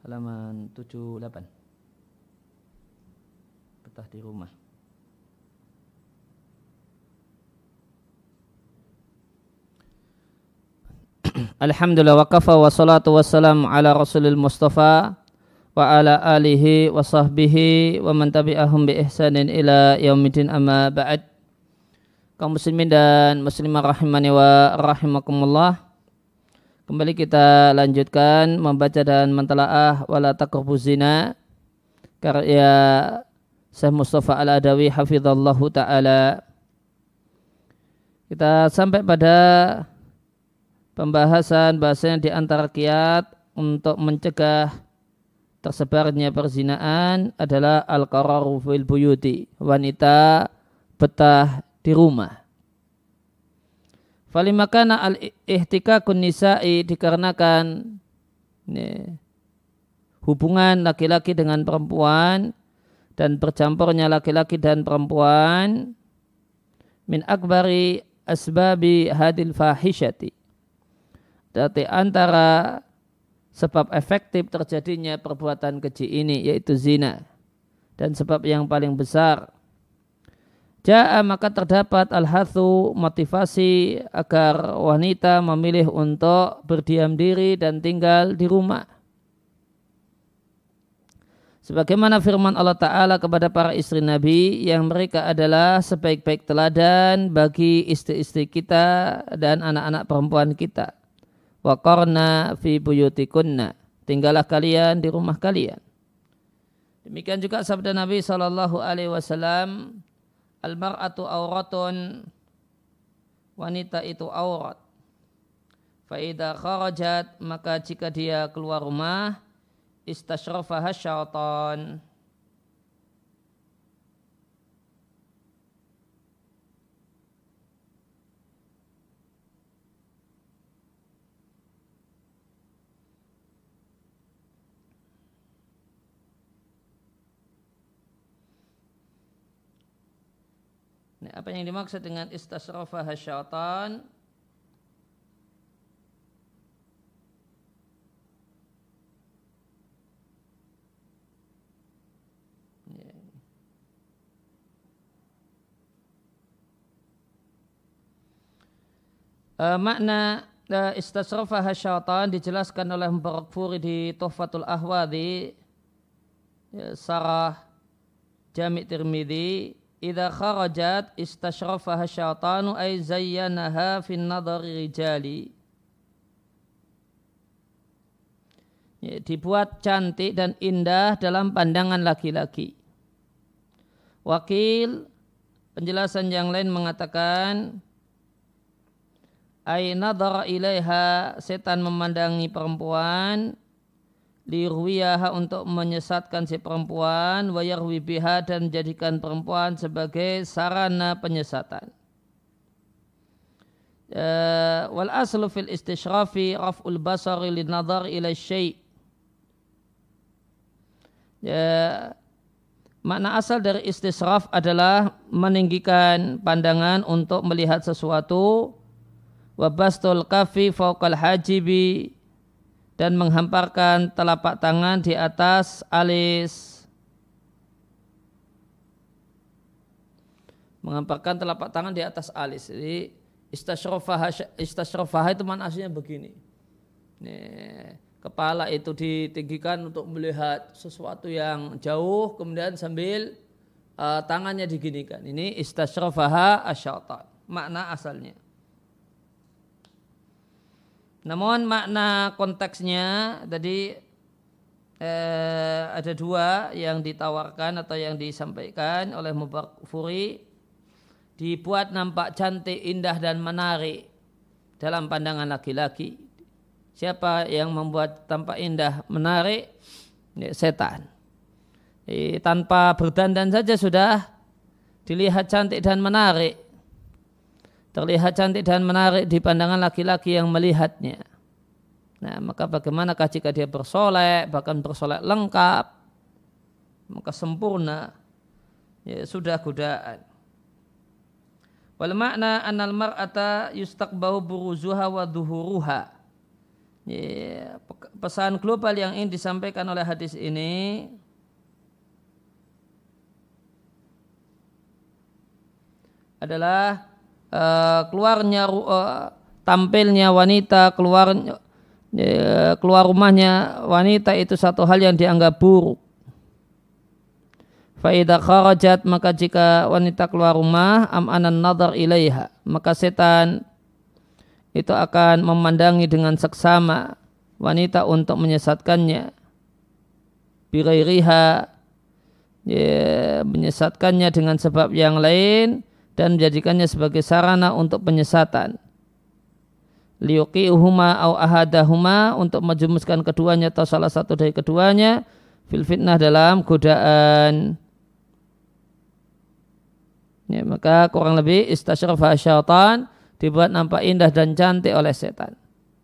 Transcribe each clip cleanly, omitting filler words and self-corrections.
halaman 78. Betah di rumah. Alhamdulillah wa kafa wa salatu wassalam ala rasulil mustafa wa ala alihi wa sahbihi wa man tabi'ahum bi ihsanin ila yaumiddin amma ba'd. Kaum muslimin dan muslimah rahimani wa rahimakumullah. Kembali kita lanjutkan membaca dan mentelaah Wala Taqrabu Zina karya Syekh Mustafa Al-Adawi hafizallahu ta'ala. Kita sampai pada pembahasan bahasanya di antara kiat untuk mencegah tersebarnya perzinaan adalah al-qararu fil buyuti, wanita betah di rumah. Falimakana al-ihtikakun nisa'i dikarenakan hubungan laki-laki dengan perempuan dan bercampurnya laki-laki dan perempuan min akbari asbabi hadil fahisyati, dari antara sebab efektif terjadinya perbuatan keji ini yaitu zina, dan sebab yang paling besar ja'a maka terdapat al-hathu motivasi agar wanita memilih untuk berdiam diri dan tinggal di rumah. Sebagaimana firman Allah Ta'ala kepada para istri Nabi yang mereka adalah sebaik-baik teladan bagi istri-istri kita dan anak-anak perempuan kita. Wa qarna fi buyutikunna, tinggallah kalian di rumah kalian. Demikian juga sabda Nabi SAW, al-mar'atu auratun, wanita itu aurat. Fa idza kharajat, maka jika dia keluar rumah, istashrafaha syaitan, apa yang dimaksud dengan istashrafaha syaitan? Makna istashrafaha syaitan dijelaskan oleh Mubarakfuri di Tuhfatul Ahwadhi, Sarah Jami' Tirmidzi. Idza kharajat istashrafaha syaitanu ay zayyanaha fin nadhari rijali. Dibuat cantik dan indah dalam pandangan laki-laki. Wakil penjelasan yang lain mengatakan ay nadhara ilaiha, setan memandangi perempuan, lirwiyaha untuk menyesatkan si perempuan, wa yarwi biha dan menjadikan perempuan sebagai sarana penyesatan. Wal aslu fil istishrafi raf'ul basari lin nadhar ila syai'. Makna asal dari istishraf adalah meninggikan pandangan untuk melihat sesuatu, wa bastul kafi fawqal hajibi, dan menghamparkan telapak tangan di atas alis. Menghamparkan telapak tangan di atas alis. Jadi istashrafaha itu mana aslinya begini. Kepala itu ditinggikan untuk melihat sesuatu yang jauh, kemudian sambil tangannya diginikan. Ini istashrafaha asyaitan. Makna asalnya. Namun makna konteksnya tadi ada dua yang ditawarkan atau yang disampaikan oleh Mubarakfuri. Dibuat nampak cantik, indah dan menarik dalam pandangan laki-laki. Siapa yang membuat tampak indah, menarik? Setan. Tanpa berdandan saja sudah dilihat cantik dan menarik. Terlihat cantik dan menarik di pandangan laki-laki yang melihatnya. Nah, maka bagaimanakah jika dia bersolek, bahkan bersolek lengkap, maka sempurna, ya sudah godaan. Wal makna annal mar'ata yustaqbahu buruzuha wa dhuhuruha. Ya, pesan global yang ingin disampaikan oleh hadis ini adalah tampilnya wanita keluar rumahnya wanita itu satu hal yang dianggap buruk. Faidah kharajat, maka jika wanita keluar rumah am'anan nadhar ilaiha, maka setan itu akan memandangi dengan seksama wanita untuk menyesatkannya. Bighairiha, menyesatkannya dengan sebab yang lain dan menjadikannya sebagai sarana untuk penyesatan. Liyuqi'uhuma au ahadahuma, untuk menjemuskan keduanya atau salah satu dari keduanya fil fitnah, dalam godaan. Ya, maka kurang lebih istasyrafa syaitan, dibuat nampak indah dan cantik oleh setan.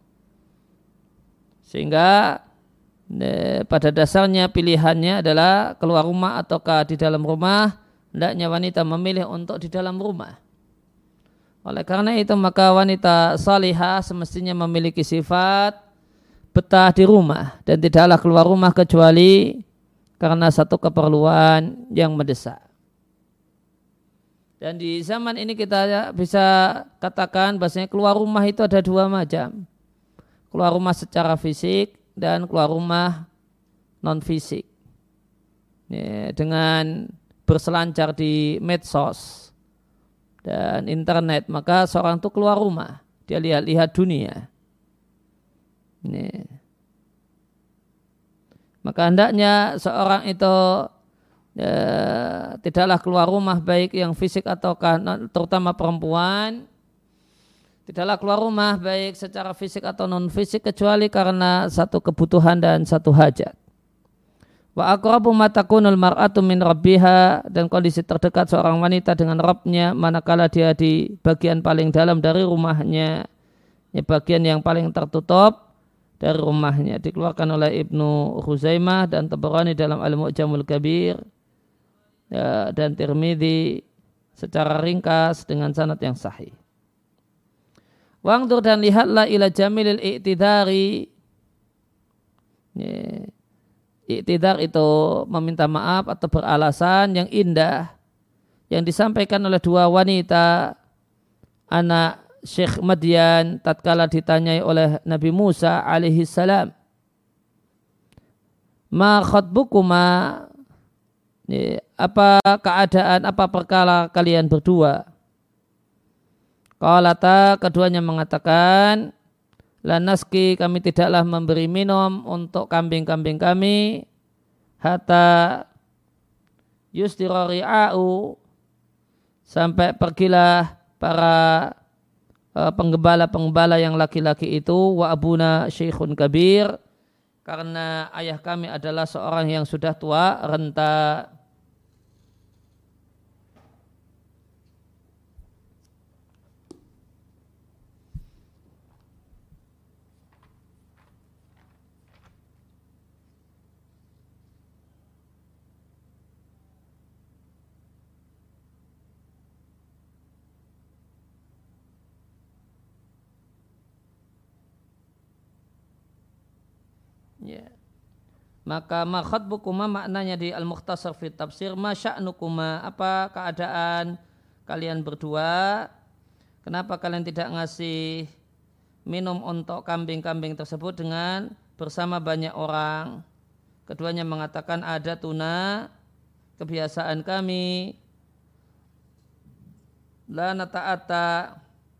Sehingga pada dasarnya pilihannya adalah keluar rumah ataukah di dalam rumah. Hendaknya wanita memilih untuk di dalam rumah. Oleh karena itu maka wanita salihah semestinya memiliki sifat betah di rumah dan tidaklah keluar rumah kecuali karena satu keperluan yang mendesak. Dan di zaman ini kita bisa katakan bahasanya keluar rumah itu ada dua macam. Keluar rumah secara fisik dan keluar rumah non fisik. Ya, dengan berselancar di medsos dan internet, maka seorang itu keluar rumah, dia lihat-lihat dunia. Ini. Maka hendaknya seorang itu tidaklah keluar rumah, baik yang fisik ataukah terutama perempuan, tidaklah keluar rumah baik secara fisik atau non fisik kecuali karena satu kebutuhan dan satu hajat. Wa aqrabu ma takunul mar'atu min rabbiha, dan kondisi terdekat seorang wanita dengan Rabbnya manakala dia di bagian paling dalam dari rumahnya, ya, bagian yang paling tertutup dari rumahnya. Dikeluarkan oleh Ibnu Khuzaimah dan Tabarani dalam Al-Mu'jamul Kabir, ya, dan Tirmidzi secara ringkas dengan sanad yang sahih. Wangdur, dan lihatlah ila jamilil i'tidari. Ya. I'tidar itu meminta maaf atau beralasan yang indah yang disampaikan oleh dua wanita anak Syekh Madian tatkala ditanyai oleh Nabi Musa alaihi salam, ma khatbukuma, apa keadaan, apa perkara kalian berdua? Qalata, keduanya mengatakan, la naski, kami tidaklah memberi minum untuk kambing-kambing kami, hatta yusdira ri'a'u, sampai pergilah para penggembala-penggembala yang laki-laki itu, wa abuna syekhun kabir, karena ayah kami adalah seorang yang sudah tua renta. Ya. Maka ma khatbukuma maknanya di Al-Mukhtasar fi Tafsir, ma sya'nukuma, apa keadaan kalian berdua, kenapa kalian tidak ngasih minum untuk kambing-kambing tersebut dengan bersama banyak orang? Keduanya mengatakan, ada tuna, kebiasaan kami, la nata'ata,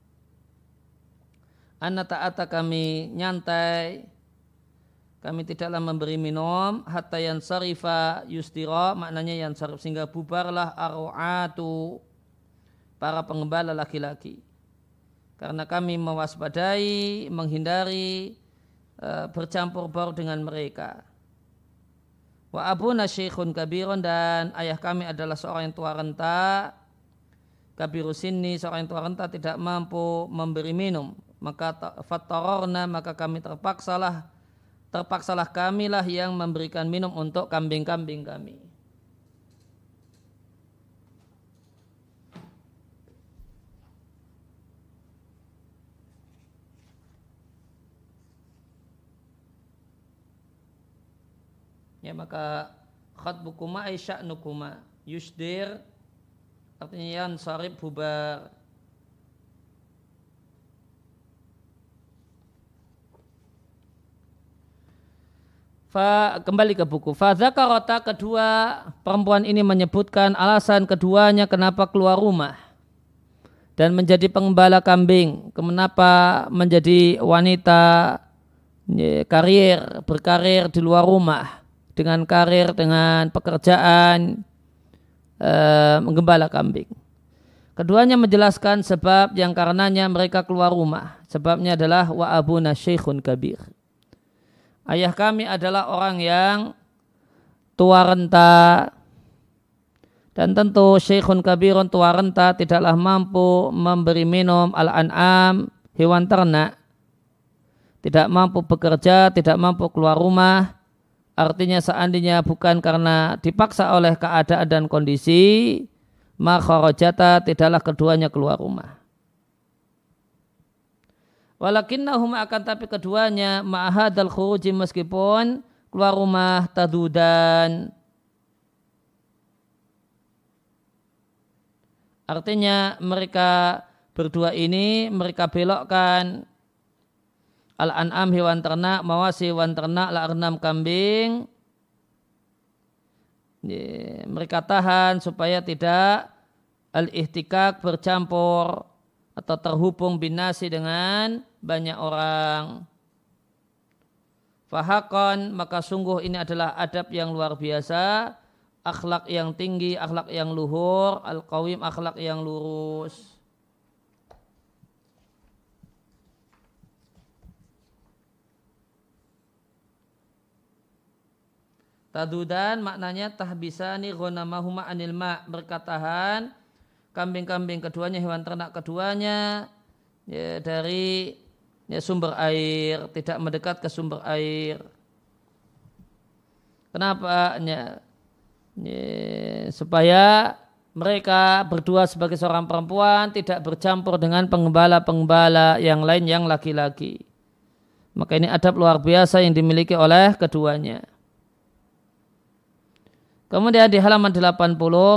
an-nata'ata, kami nyantai, kami tidaklah memberi minum hatta yansarifa yusdira, maknanya yansarif, sehingga bubarlah ar'atu, para penggembala laki-laki, karena kami mewaspadai, menghindari bercampur baur dengan mereka. Wa abuna syekhun kabirun, dan ayah kami adalah seorang yang tua renta, kabiru sinni, seorang yang tua renta tidak mampu memberi minum, maka fattarorna, maka kami terpaksalah kamilah yang memberikan minum untuk kambing-kambing kami. Ya, maka khatbukuma ay sya'nukuma yusdir artinya yansarib bubar. Kembali ke buku. Fadzakarata, kedua perempuan ini menyebutkan alasan keduanya kenapa keluar rumah dan menjadi pengembala kambing. Kenapa menjadi wanita berkarir di luar rumah dengan karir, dengan pekerjaan menggembala kambing. Keduanya menjelaskan sebab yang karenanya mereka keluar rumah. Sebabnya adalah wa abuna syekhun kabir. Ayah kami adalah orang yang tua renta, dan tentu syekhun kabirun, tua renta, tidaklah mampu memberi minum al-an'am, hewan ternak, tidak mampu bekerja, tidak mampu keluar rumah. Artinya seandainya bukan karena dipaksa oleh keadaan dan kondisi, makharajata, tidaklah keduanya keluar rumah. Walakinnahum, akan tapi keduanya ma'ahadal khuruji, meskipun keluar rumah tadudan. Artinya mereka berdua ini mereka belokkan al-an'am, hewan ternak, mawasi, hewan ternak, la'arnam, kambing. Mereka tahan supaya tidak al-ihtikak, bercampur atau terhubung binasi dengan banyak orang. Fahakon, maka sungguh ini adalah adab yang luar biasa, akhlak yang tinggi, akhlak yang luhur, al-qawim, akhlak yang lurus. Tadudan maknanya tahbisani ghanamahuma anil ma', mereka tahan kambing-kambing keduanya, hewan ternak keduanya ya, dari ya, sumber air, tidak mendekat ke sumber air. Kenapa? Ya, supaya mereka berdua sebagai seorang perempuan tidak bercampur dengan pengembala-pengembala yang lain yang laki-laki. Maka ini adab luar biasa yang dimiliki oleh keduanya. Kemudian di halaman 80,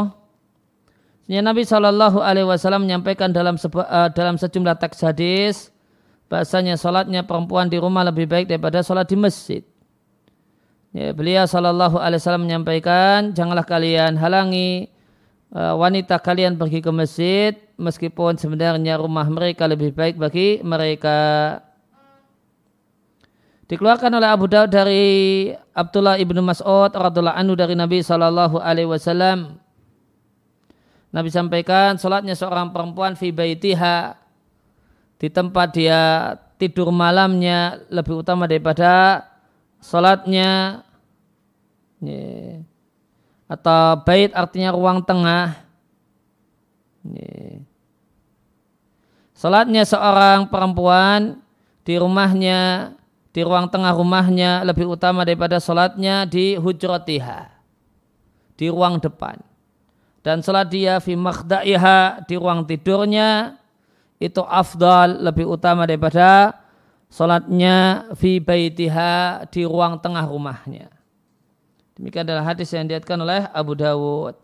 Nabi SAW menyampaikan dalam sejumlah teks hadis bahasanya salatnya perempuan di rumah lebih baik daripada salat di masjid. Ya, beliau SAW menyampaikan, janganlah kalian halangi wanita kalian pergi ke masjid meskipun sebenarnya rumah mereka lebih baik bagi mereka. Dikeluarkan oleh Abu Daud dari Abdullah ibnu Mas'ud radhiallahu anhu dari Nabi SAW. Nabi sampaikan, salatnya seorang perempuan fi baitiha, di tempat dia tidur malamnya, lebih utama daripada salatnya, atau bait artinya ruang tengah. Salatnya seorang perempuan di rumahnya, di ruang tengah rumahnya lebih utama daripada salatnya di hujratiha, di ruang depan. Dan salat dia fi makhda'iha, di ruang tidurnya, itu afdal, lebih utama daripada salatnya fi baitiha, di ruang tengah rumahnya. Demikian adalah hadis yang diriwayatkan oleh Abu Dawud.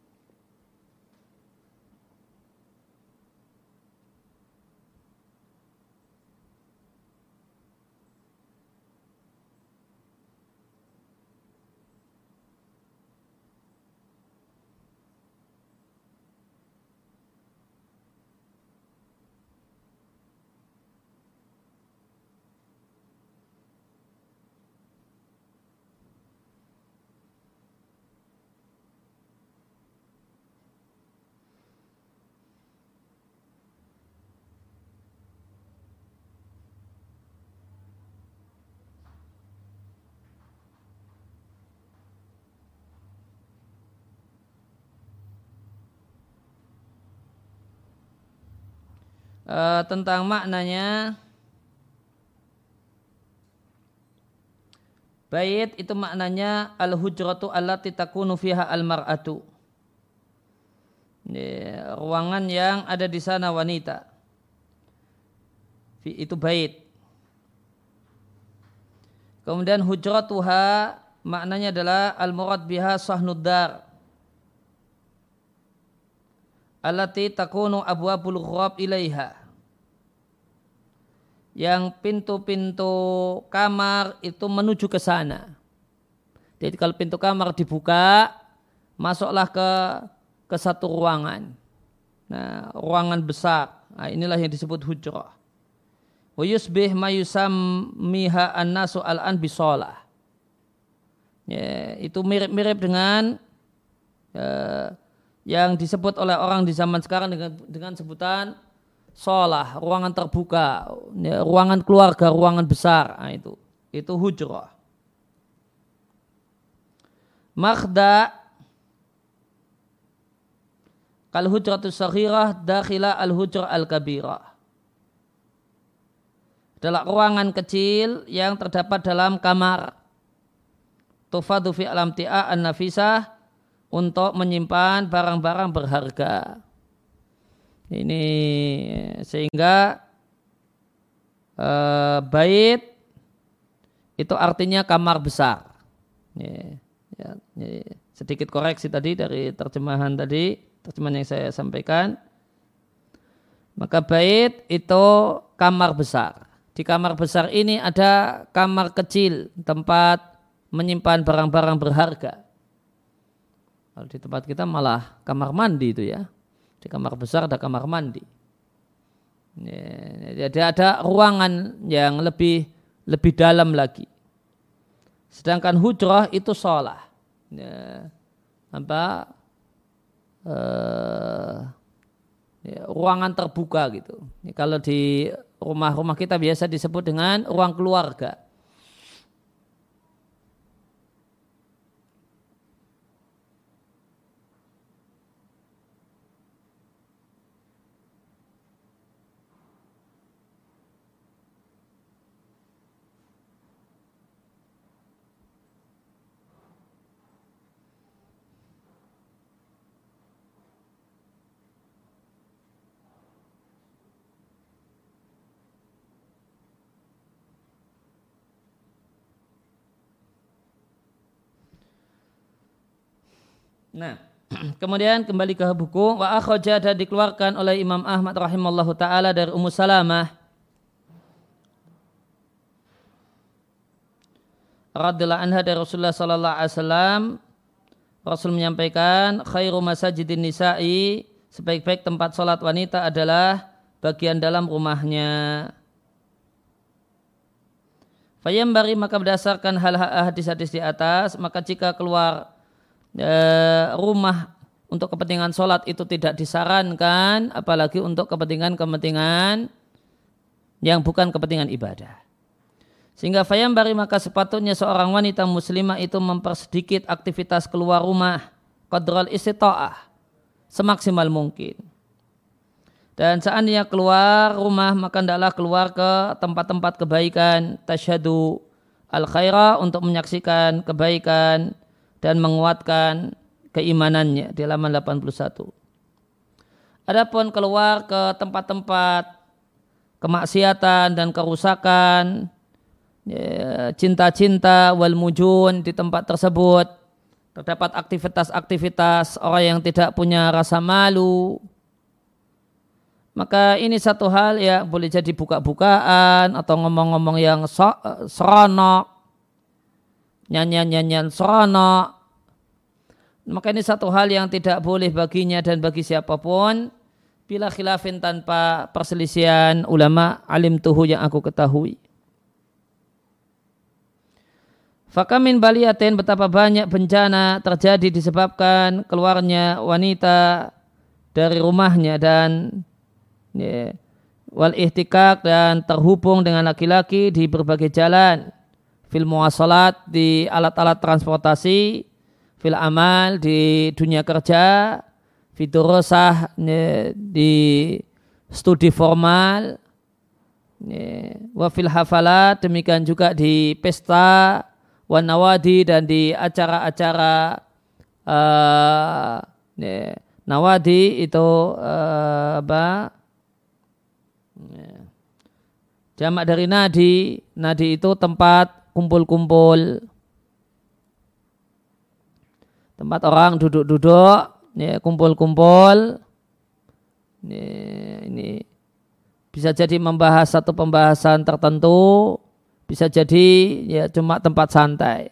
Tentang maknanya, bait itu maknanya al-hujratu allati takunu fiha al-mar'atu, ruangan yang ada di sana wanita, itu bait. Kemudian hujratuha maknanya adalah al-murad biha sahnud dar allati takunu abwabul ghurab ilaiha, yang pintu-pintu kamar itu menuju ke sana. Jadi kalau pintu kamar dibuka, masuklah ke satu ruangan. Nah, ruangan besar. Nah, inilah yang disebut hujrah. Wa yusbih ma yusammiha an-nasu al-an bisolah. Ya, itu mirip-mirip dengan yang disebut oleh orang di zaman sekarang dengan sebutan sholah, ruangan terbuka, ya, ruangan keluarga, ruangan besar. Nah, itu hujrah. Makhda kal hujratus saghirah dakhila al hujrah al kabirah, adalah ruangan kecil yang terdapat dalam kamar. Tufadu fi alam ti'a an nafisah, untuk menyimpan barang-barang berharga. Ini sehingga bait itu artinya kamar besar. Sedikit koreksi tadi dari terjemahan yang saya sampaikan. Maka bait itu kamar besar. Di kamar besar ini ada kamar kecil, tempat menyimpan barang-barang berharga. Kalau di tempat kita malah kamar mandi itu ya. Di kamar besar ada kamar mandi. Jadi ada ruangan yang lebih dalam lagi. Sedangkan hujrah itu sholah. Ruangan terbuka gitu. Kalau di rumah-rumah kita biasa disebut dengan ruang keluarga. Nah, kemudian kembali ke buku. Wa akhraja, dan dikeluarkan oleh Imam Ahmad rahimallahu taala dari Ummu Salamah radhiyallahu anha dari Rasulullah sallallahu alaihi wasallam. Rasul menyampaikan, khairu masajidin nisa'i, sebaik-baik tempat salat wanita adalah bagian dalam rumahnya. Fayambari, maka berdasarkan hadis-hadis di atas, maka jika keluar rumah untuk kepentingan sholat itu tidak disarankan, apalagi untuk kepentingan yang bukan kepentingan ibadah. Sehingga fayambari, maka sepatutnya seorang wanita muslimah itu mempersedikit aktivitas keluar rumah qadral istita'ah, semaksimal mungkin. Dan seandainya keluar rumah, maka hendaklah keluar ke tempat-tempat kebaikan, tasyhadu al khaira, untuk menyaksikan kebaikan dan menguatkan keimanannya, di halaman 81. Adapun keluar ke tempat-tempat kemaksiatan dan kerusakan, cinta-cinta wal mujun, di tempat tersebut terdapat aktivitas-aktivitas orang yang tidak punya rasa malu, maka ini satu hal ya, boleh jadi buka-bukaan atau ngomong-ngomong yang seronok, nyanyian-nyanyian seronok. Maka ini satu hal yang tidak boleh baginya dan bagi siapapun, bila khilafin, tanpa perselisihan ulama, alim tuhu, yang aku ketahui. Fakamin baliyatin, betapa banyak bencana terjadi disebabkan keluarnya wanita dari rumahnya, dan wal ihtikak, dan terhubung dengan laki-laki di berbagai jalan, fil muwasalat, di alat-alat transportasi, fil amal, di dunia kerja, fidurosah, di studi formal, wa fil hafalat, demikian juga di pesta, wa nawadi, dan di acara-acara nawadi itu jamak dari nadi. Nadi itu tempat kumpul-kumpul. tempat orang duduk-duduk, ya, kumpul-kumpul. Ini bisa jadi membahas satu pembahasan tertentu, bisa jadi ya cuma tempat santai.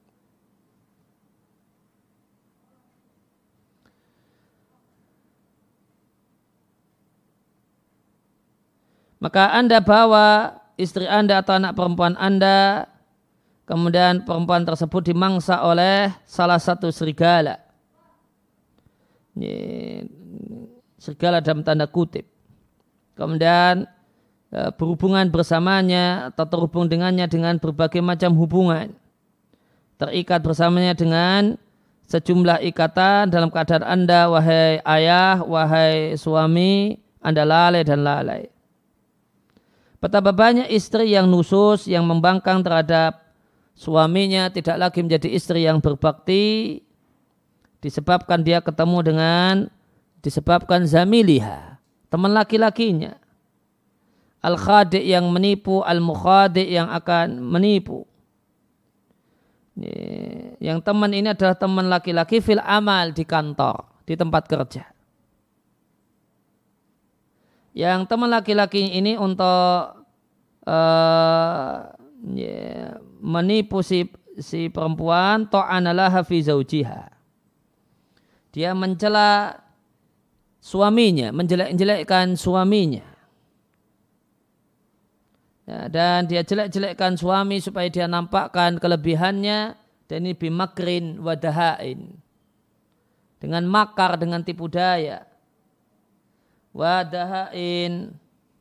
Maka Anda bawa istri Anda atau anak perempuan Anda, kemudian perempuan tersebut dimangsa oleh salah satu serigala. Serigala dalam tanda kutip. Kemudian berhubungan bersamanya atau terhubung dengannya dengan berbagai macam hubungan. Terikat bersamanya dengan sejumlah ikatan dalam keadaan Anda, wahai ayah, wahai suami, Anda lalai dan lalai. Betapa banyak istri yang nusus, yang membangkang terhadap suaminya, tidak lagi menjadi istri yang berbakti, disebabkan dia ketemu disebabkan zamiliha, teman laki-lakinya. Al-khadi' yang menipu, al-mukhadi' yang akan menipu. Yang teman ini adalah teman laki-laki fil amal, di kantor, di tempat kerja. Yang teman laki-laki ini untuk menipu si perempuan, ta'analaha fi zaujiha. Dia mencela suaminya, menjelek-jelekkan suaminya. Ya, dan dia jelek-jelekkan suami supaya dia nampakkan kelebihannya, dan ini bimakrin wadahain, dengan makar, dengan tipu daya. Wadahain,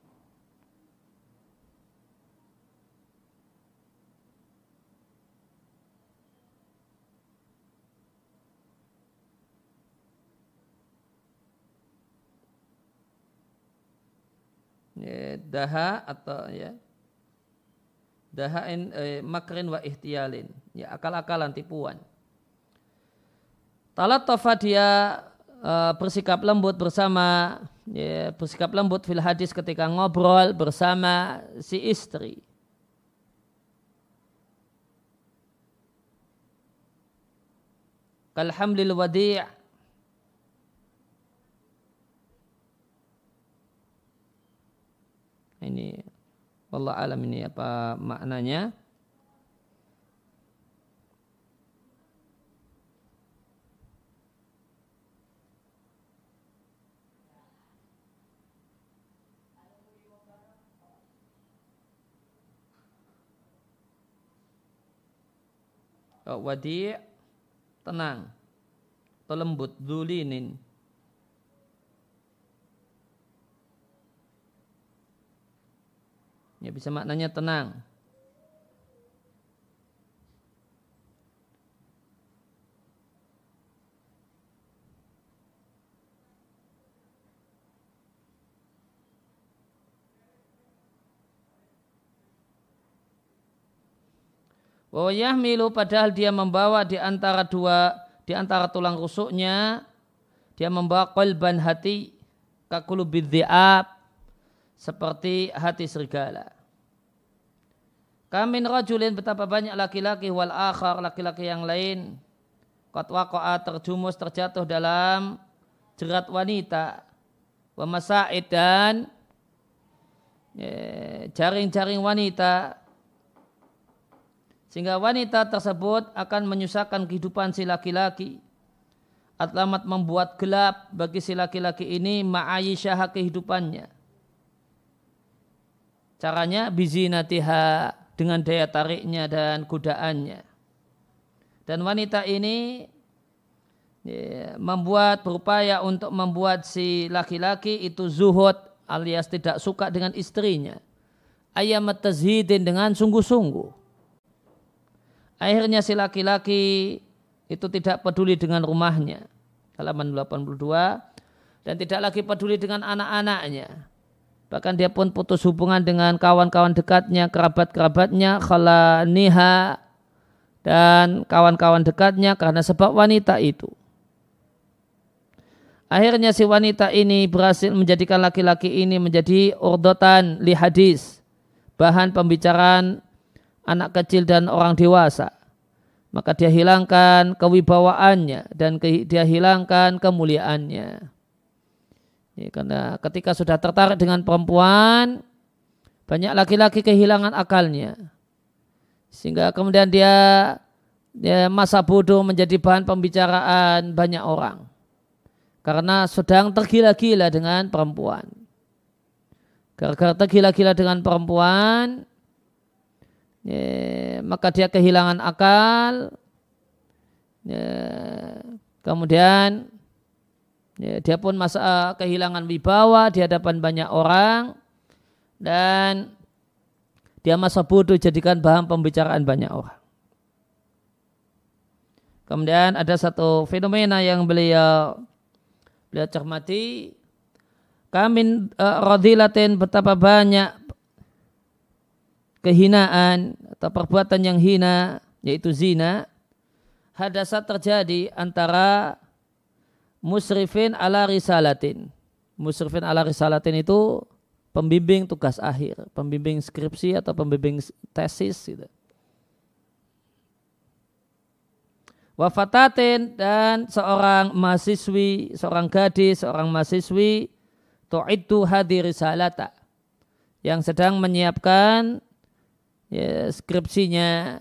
daha atau ya dahain, makrin wa ihtiyalin, ya, akal-akalan, tipuan. Talatofa, dia bersikap lembut bersama, ya, bersikap lembut fil hadis ketika ngobrol bersama si istri. Kalhamlil wadi', ini wallahu alam ini apa maknanya. Wadi' tenang atau lembut, dzulinin. Ya, bisa maknanya tenang. Wa yahmilu, padahal dia membawa di antara tulang rusuknya, dia membawa qalban, hati, kakulubiz dzi'ab, seperti hati serigala. Kamin rajulin, betapa banyak laki-laki, wal akhar, laki-laki yang lain, qad waqa'a, terjumus, terjatuh dalam jerat wanita, wa masa'id, dan jaring-jaring wanita, sehingga wanita tersebut akan menyusahkan kehidupan si laki-laki. Atlamat, membuat gelap bagi si laki-laki ini ma'ayisyah, kehidupannya. Caranya bizinatiha, dengan daya tariknya dan godaannya. Dan wanita ini berupaya untuk membuat si laki-laki itu zuhud, alias tidak suka dengan istrinya. Ayamat tazhidin, dengan sungguh-sungguh. Akhirnya si laki-laki itu tidak peduli dengan rumahnya. Halaman 82. Dan tidak lagi peduli dengan anak-anaknya. Bahkan dia pun putus hubungan dengan kawan-kawan dekatnya, kerabat-kerabatnya, khalaniha, dan kawan-kawan dekatnya karena sebab wanita itu. Akhirnya si wanita ini berhasil menjadikan laki-laki ini menjadi urdotan li hadis, bahan pembicaraan anak kecil dan orang dewasa. maka dia hilangkan kewibawaannya dan dia hilangkan kemuliaannya. Ya, karena ketika sudah tertarik dengan perempuan, banyak laki-laki kehilangan akalnya. Sehingga kemudian dia masa bodoh menjadi bahan pembicaraan banyak orang. Karena sedang tergila-gila dengan perempuan. Gara-gara tergila-gila dengan perempuan, maka dia kehilangan akal. Kemudian dia pun kehilangan wibawa di hadapan banyak orang. Dan dia masa bodoh jadikan bahan pembicaraan banyak orang. Kemudian ada satu fenomena yang beliau cermati. Kamin radilatin, betapa banyak kehinaan atau perbuatan yang hina, yaitu zina, hadasa terjadi antara musrifin ala risalatin. Musrifin ala risalatin itu pembimbing tugas akhir, pembimbing skripsi atau pembimbing tesis gitu. Wafatatin, dan seorang mahasiswi, seorang gadis, seorang mahasiswi tu'iddu hadhi risalata, yang sedang menyiapkan skripsinya.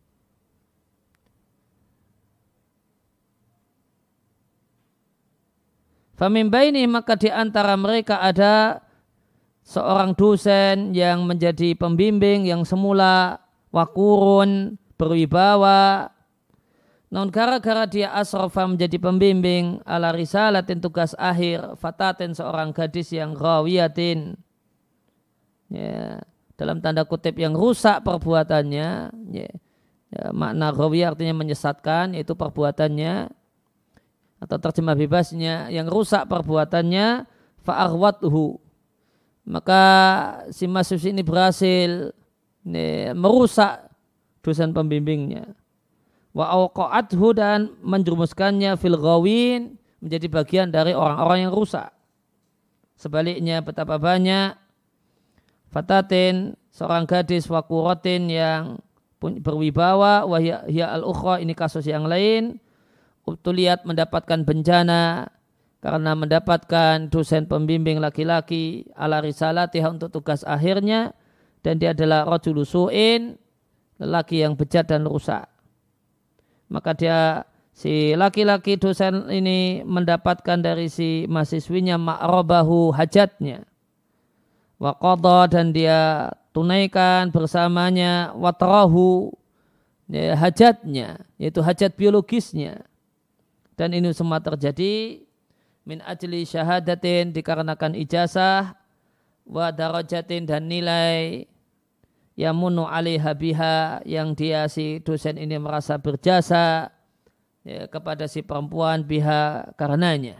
Famin baini, maka di antara mereka ada seorang dosen yang menjadi pembimbing yang semula wakurun, berwibawa. Namun gara-gara dia asrafa menjadi pembimbing ala risalatin, tugas akhir, fatatin, seorang gadis yang rawiyatin, ya, dalam tanda kutip yang rusak perbuatannya, ya, makna rawi artinya menyesatkan, yaitu perbuatannya, atau terjemah bebasnya yang rusak perbuatannya, fa'arwathu, maka si mahasiswi ini berhasil merusak dosen pembimbingnya. Wa awqa'athu, dan menjerumuskannya fil ghawin, menjadi bagian dari orang-orang yang rusak. Sebaliknya betapa banyak fatatin, seorang gadis waquratin yang berwibawa, wa hiya al-ukhra, ini kasus yang lain, ubtuliyat, mendapatkan bencana karena mendapatkan dosen pembimbing laki-laki ala risalatihah, untuk tugas akhirnya, dan dia adalah rajulu su'in, lelaki yang bejat dan rusak. Maka dia, si laki-laki dosen ini, mendapatkan dari si mahasiswinya ma'robahu, hajatnya, wa qadha, dan dia tunaikan bersamanya watrahu, hajatnya, yaitu hajat biologisnya. Dan ini semua terjadi min ajli syahadatin, dikarenakan ijazah, wa darajatin, dan nilai, yamunu alaiha biha, yang dia si dosen ini merasa berjasa kepada si perempuan biha karenanya.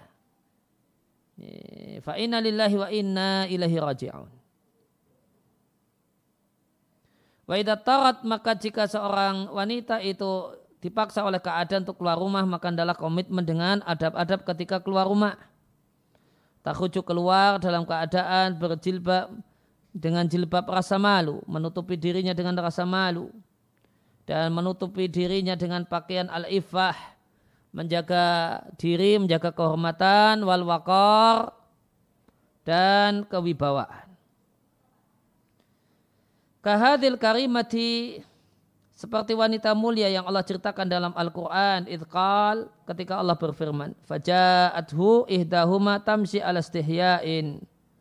Fa inna lillahi wa inna ilaihi raji'un. Wa idza tarat, maka jika seorang wanita itu dipaksa oleh keadaan untuk keluar rumah, maka adalah komitmen dengan adab-adab ketika keluar rumah. Takhruju, keluar dalam keadaan berjilbab, dengan jilbab rasa malu, menutupi dirinya dengan rasa malu, dan menutupi dirinya dengan pakaian al-iffah, menjaga diri, menjaga kehormatan, wal waqar, dan kewibawaan. Kahadil karimati, seperti wanita mulia yang Allah ceritakan dalam Al-Quran, idqal, ketika Allah berfirman, faja'athu ihdahuma tamshi ala istihya'in,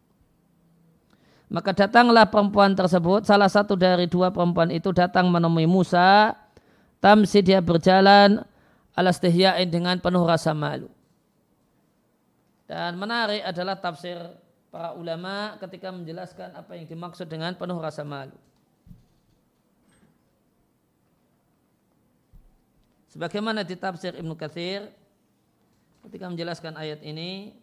maka datanglah perempuan tersebut, salah satu dari dua perempuan itu datang menemui Musa, tamshi, dia berjalan, ala istihya'in, dengan penuh rasa malu. Dan menarik adalah tafsir para ulama ketika menjelaskan apa yang dimaksud dengan penuh rasa malu. Sebagaimana di tafsir Ibnu Katsir ketika menjelaskan ayat ini,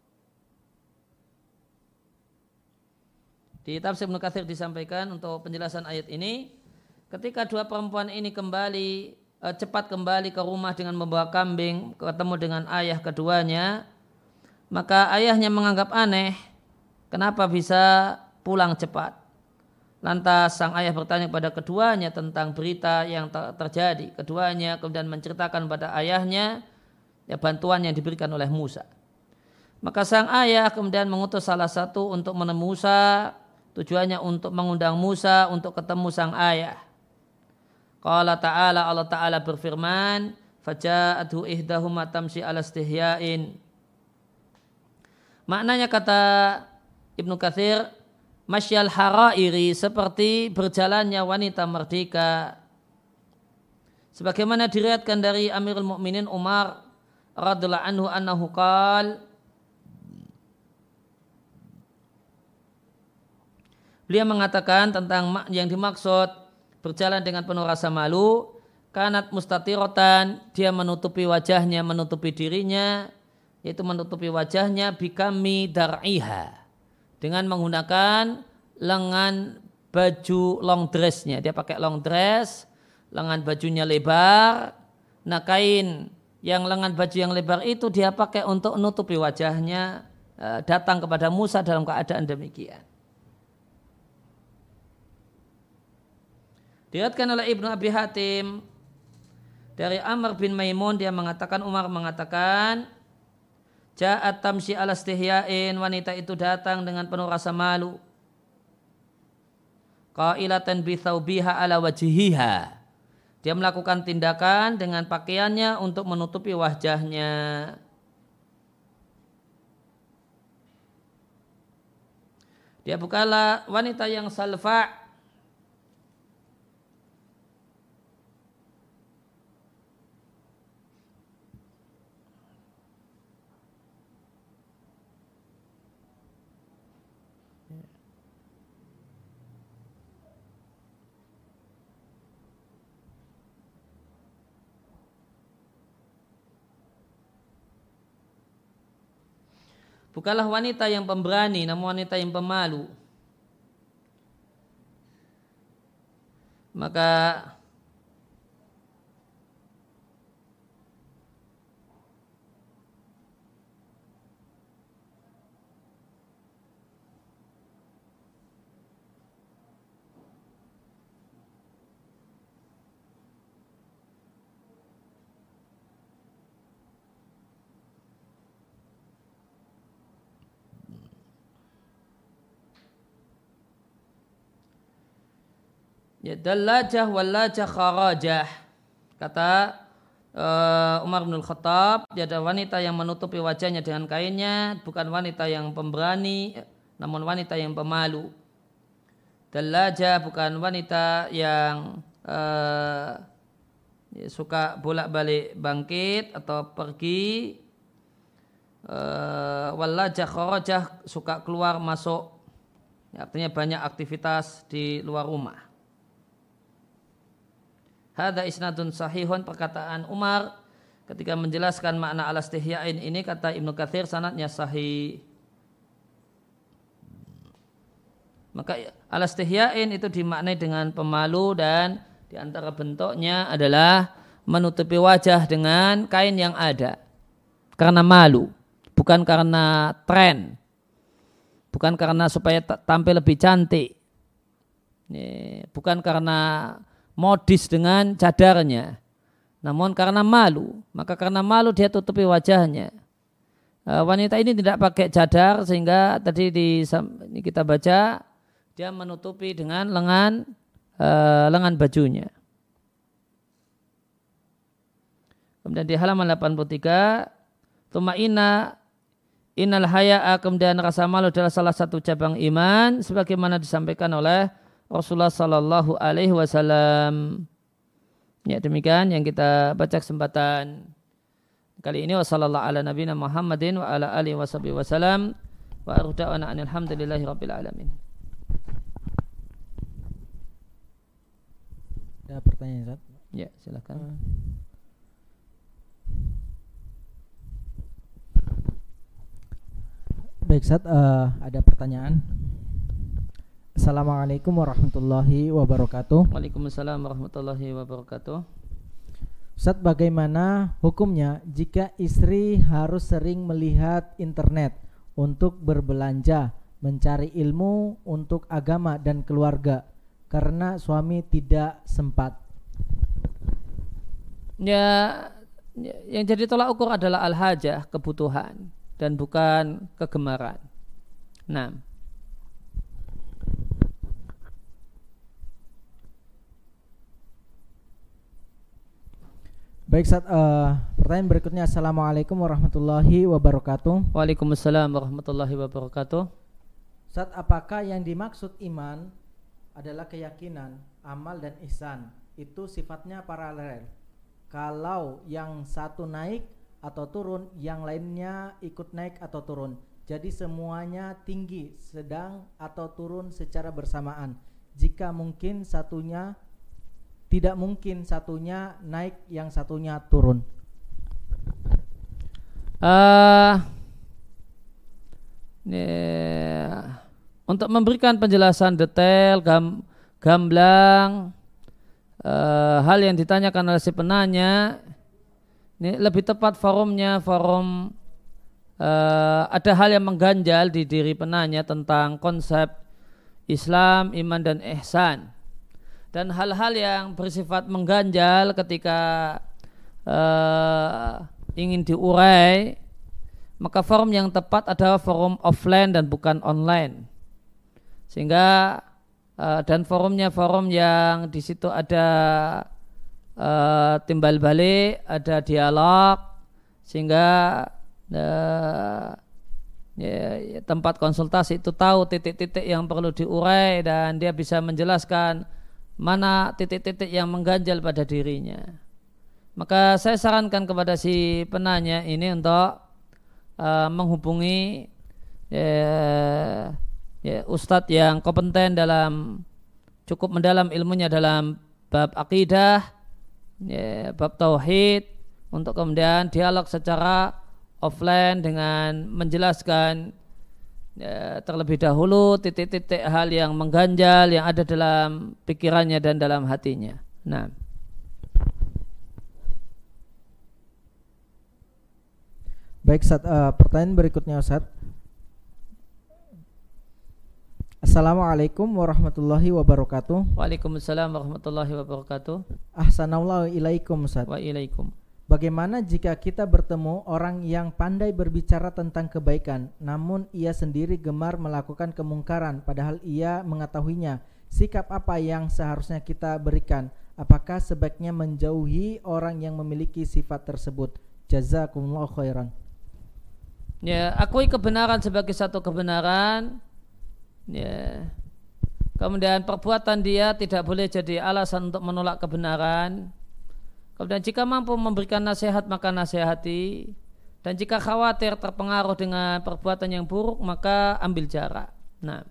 di tafsir Ibnu Katsir disampaikan untuk penjelasan ayat ini, ketika dua perempuan ini cepat kembali ke rumah dengan membawa kambing, ketemu dengan ayah keduanya, maka ayahnya menganggap aneh, kenapa bisa pulang cepat. Lantas sang ayah bertanya kepada keduanya tentang berita yang terjadi. Keduanya kemudian menceritakan pada ayahnya ya, bantuan yang diberikan oleh Musa. Maka sang ayah kemudian mengutus salah satu untuk menemui Musa, tujuannya untuk mengundang Musa untuk ketemu sang ayah. Qala ta'ala, Allah Ta'ala berfirman, faja'athu ihdahuma tamshi ala istihya'in. Maknanya kata Ibnu Katsir, masyal harairi, seperti berjalannya wanita merdeka. Sebagaimana diriwayatkan dari Amirul Mukminin Umar radhiyallahu anhu annahu qala, beliau mengatakan tentang yang dimaksud berjalan dengan penuh rasa malu, kanat mustatirotan, dia menutupi wajahnya, menutupi dirinya, yaitu menutupi wajahnya bikami dar'iha, dengan menggunakan lengan baju long dressnya. Dia pakai long dress, lengan bajunya lebar. Nah, kain yang lengan baju yang lebar itu dia pakai untuk menutupi wajahnya, datang kepada Musa dalam keadaan demikian. Diriwayatkan oleh Ibnu Abi Hatim dari Amr bin Maimun, dia mengatakan, Umar mengatakan, ja'at tamshi ala istihya'in, wanita itu datang dengan penuh rasa malu. Qailatan bi thawbiha ala wajhiha, dia melakukan tindakan dengan pakaiannya untuk menutupi wajahnya. Dia bukanlah wanita yang salfa', bukanlah wanita yang pemberani, namun wanita yang pemalu. Maka ya, dallajah wallajah kharajah. Kata Umar bin Khattab, dia ada wanita yang menutupi wajahnya dengan kainnya, bukan wanita yang pemberani, namun wanita yang pemalu. Dallajah bukan wanita yang suka bolak-balik bangkit atau pergi. Wallajah kharajah suka keluar masuk, artinya banyak aktivitas di luar rumah. Hada isnadun sahihun, perkataan Umar ketika menjelaskan makna al-istihya'in ini, kata Ibnu Katsir, sanadnya sahih. Maka al-istihya'in itu dimaknai dengan pemalu, dan di antara bentuknya adalah menutupi wajah dengan kain yang ada karena malu, bukan karena tren, bukan karena supaya tampil lebih cantik, bukan karena modis dengan cadarnya, namun karena malu. Maka karena malu dia tutupi wajahnya. Wanita ini tidak pakai cadar, sehingga tadi ini kita baca dia menutupi dengan lengan bajunya. Kemudian di halaman 83, Tuma innal haya'a, kemudian rasa malu adalah salah satu cabang iman, sebagaimana disampaikan oleh Rasulullah Sallallahu Alaihi Wasallam. Ya, demikian yang kita baca kesempatan kali ini. Wassallallahu ala nabiyina Muhammadin wa ala alihi washabihi wasallam wa arda'ana alhamdulillahi rabbil alamin. Ada pertanyaan, Ustaz? Ya, silakan. Baik, Ustaz, ada pertanyaan. Assalamualaikum warahmatullahi wabarakatuh. Waalaikumsalam warahmatullahi wabarakatuh. Ustaz, bagaimana hukumnya jika istri harus sering melihat internet untuk berbelanja, mencari ilmu untuk agama dan keluarga, karena suami tidak sempat. Ya, yang jadi tolak ukur adalah al-hajah, kebutuhan, dan bukan kegemaran. Nah, baik, pertanyaan berikutnya. Assalamualaikum warahmatullahi wabarakatuh. Waalaikumsalam warahmatullahi wabarakatuh. Ustaz, apakah yang dimaksud iman adalah keyakinan, amal dan ihsan? Itu sifatnya paralel. Kalau yang satu naik atau turun, yang lainnya ikut naik atau turun. Jadi semuanya tinggi, sedang atau turun secara bersamaan. Jika mungkin satunya, tidak mungkin satunya naik, yang satunya turun. Untuk memberikan penjelasan detail, gamblang, hal yang ditanyakan oleh si penanya, ini lebih tepat forumnya ada hal yang mengganjal di diri penanya tentang konsep Islam, iman dan ihsan, dan hal-hal yang bersifat mengganjal ketika ingin diurai, maka forum yang tepat adalah forum offline dan bukan online. Sehingga dan forumnya forum yang di situ ada timbal balik, ada dialog, sehingga tempat konsultasi itu tahu titik-titik yang perlu diurai dan dia bisa menjelaskan mana titik-titik yang mengganjal pada dirinya. Maka saya sarankan kepada si penanya ini untuk menghubungi ustadz yang kompeten dalam, cukup mendalam ilmunya dalam bab akidah, bab tauhid, untuk kemudian dialog secara offline dengan menjelaskan terlebih dahulu titik-titik hal yang mengganjal yang ada dalam pikirannya dan dalam hatinya. Nah, baik, Ustaz, pertanyaan berikutnya, Ustaz. Assalamualaikum warahmatullahi wabarakatuh. Waalaikumsalam warahmatullahi wabarakatuh. Ahsanallahu ilaikum, Ustaz. Wa ilaikum. Bagaimana jika kita bertemu orang yang pandai berbicara tentang kebaikan, namun ia sendiri gemar melakukan kemungkaran padahal ia mengetahuinya? Sikap apa yang seharusnya kita berikan? Apakah sebaiknya menjauhi orang yang memiliki sifat tersebut? Jazakumullahu khairan. Ya, akui kebenaran sebagai satu kebenaran. Ya. Kemudian perbuatan dia tidak boleh jadi alasan untuk menolak kebenaran. Kemudian jika mampu memberikan nasihat maka nasihati. Dan jika khawatir terpengaruh dengan perbuatan yang buruk maka ambil jarak. Nah,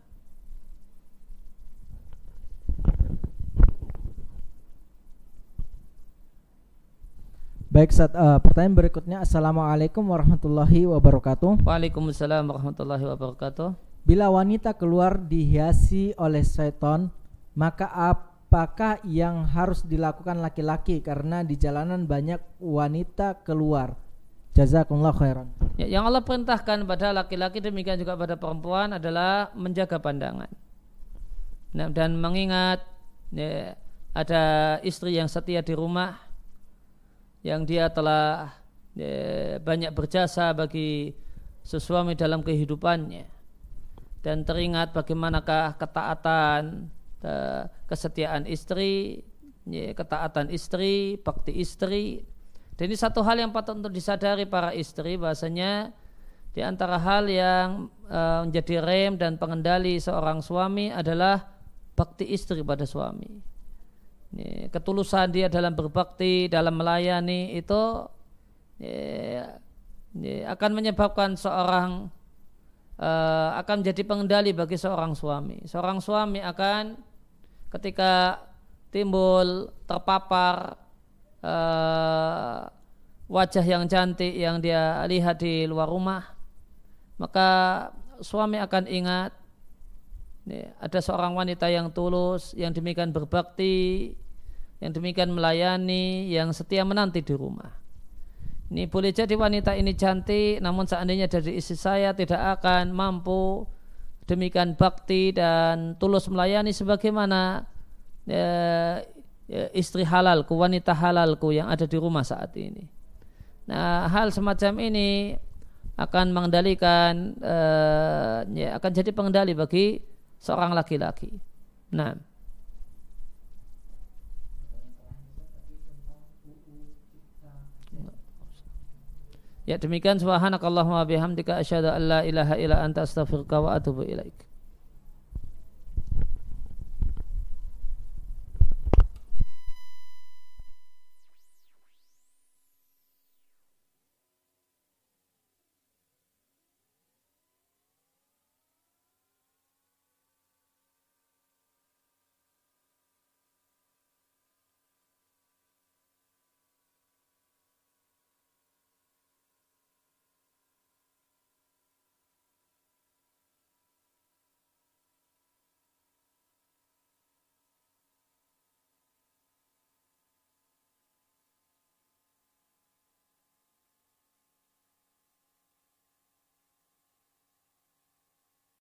baik, Ustaz, pertanyaan berikutnya. Assalamualaikum warahmatullahi wabarakatuh. Waalaikumsalam warahmatullahi wabarakatuh. Bila wanita keluar dihiasi oleh syaitan, maka apakah yang harus dilakukan laki-laki karena di jalanan banyak wanita keluar? Jazakumullah khairan. Ya, yang Allah perintahkan pada laki-laki demikian juga pada perempuan adalah menjaga pandangan. Nah, dan mengingat ada istri yang setia di rumah, yang dia telah banyak berjasa bagi suami dalam kehidupannya, dan teringat bagaimanakah ketaatan, kesetiaan istri, ketaatan istri, bakti istri. Dan ini satu hal yang patut untuk disadari para istri, bahasanya di antara hal yang menjadi rem dan pengendali seorang suami adalah bakti istri pada suami. Ketulusan dia dalam berbakti, dalam melayani itu akan menyebabkan seorang akan menjadi pengendali bagi seorang suami. Seorang suami akan ketika timbul terpapar wajah yang cantik yang dia lihat di luar rumah, maka suami akan ingat ada seorang wanita yang tulus, yang demikian berbakti, yang demikian melayani, yang setia menanti di rumah. Ini boleh jadi wanita ini cantik, namun seandainya dari istri saya tidak akan mampu demikian bakti dan tulus melayani sebagaimana istri halalku, wanita halalku yang ada di rumah saat ini. Nah, hal semacam ini akan mengendalikan, akan jadi pengendali bagi seorang laki-laki. Nah, ya demikian, subhanakallahumma bihamdika asyhadu an la ilaha illa anta astaghfiruka wa atubu ilaik.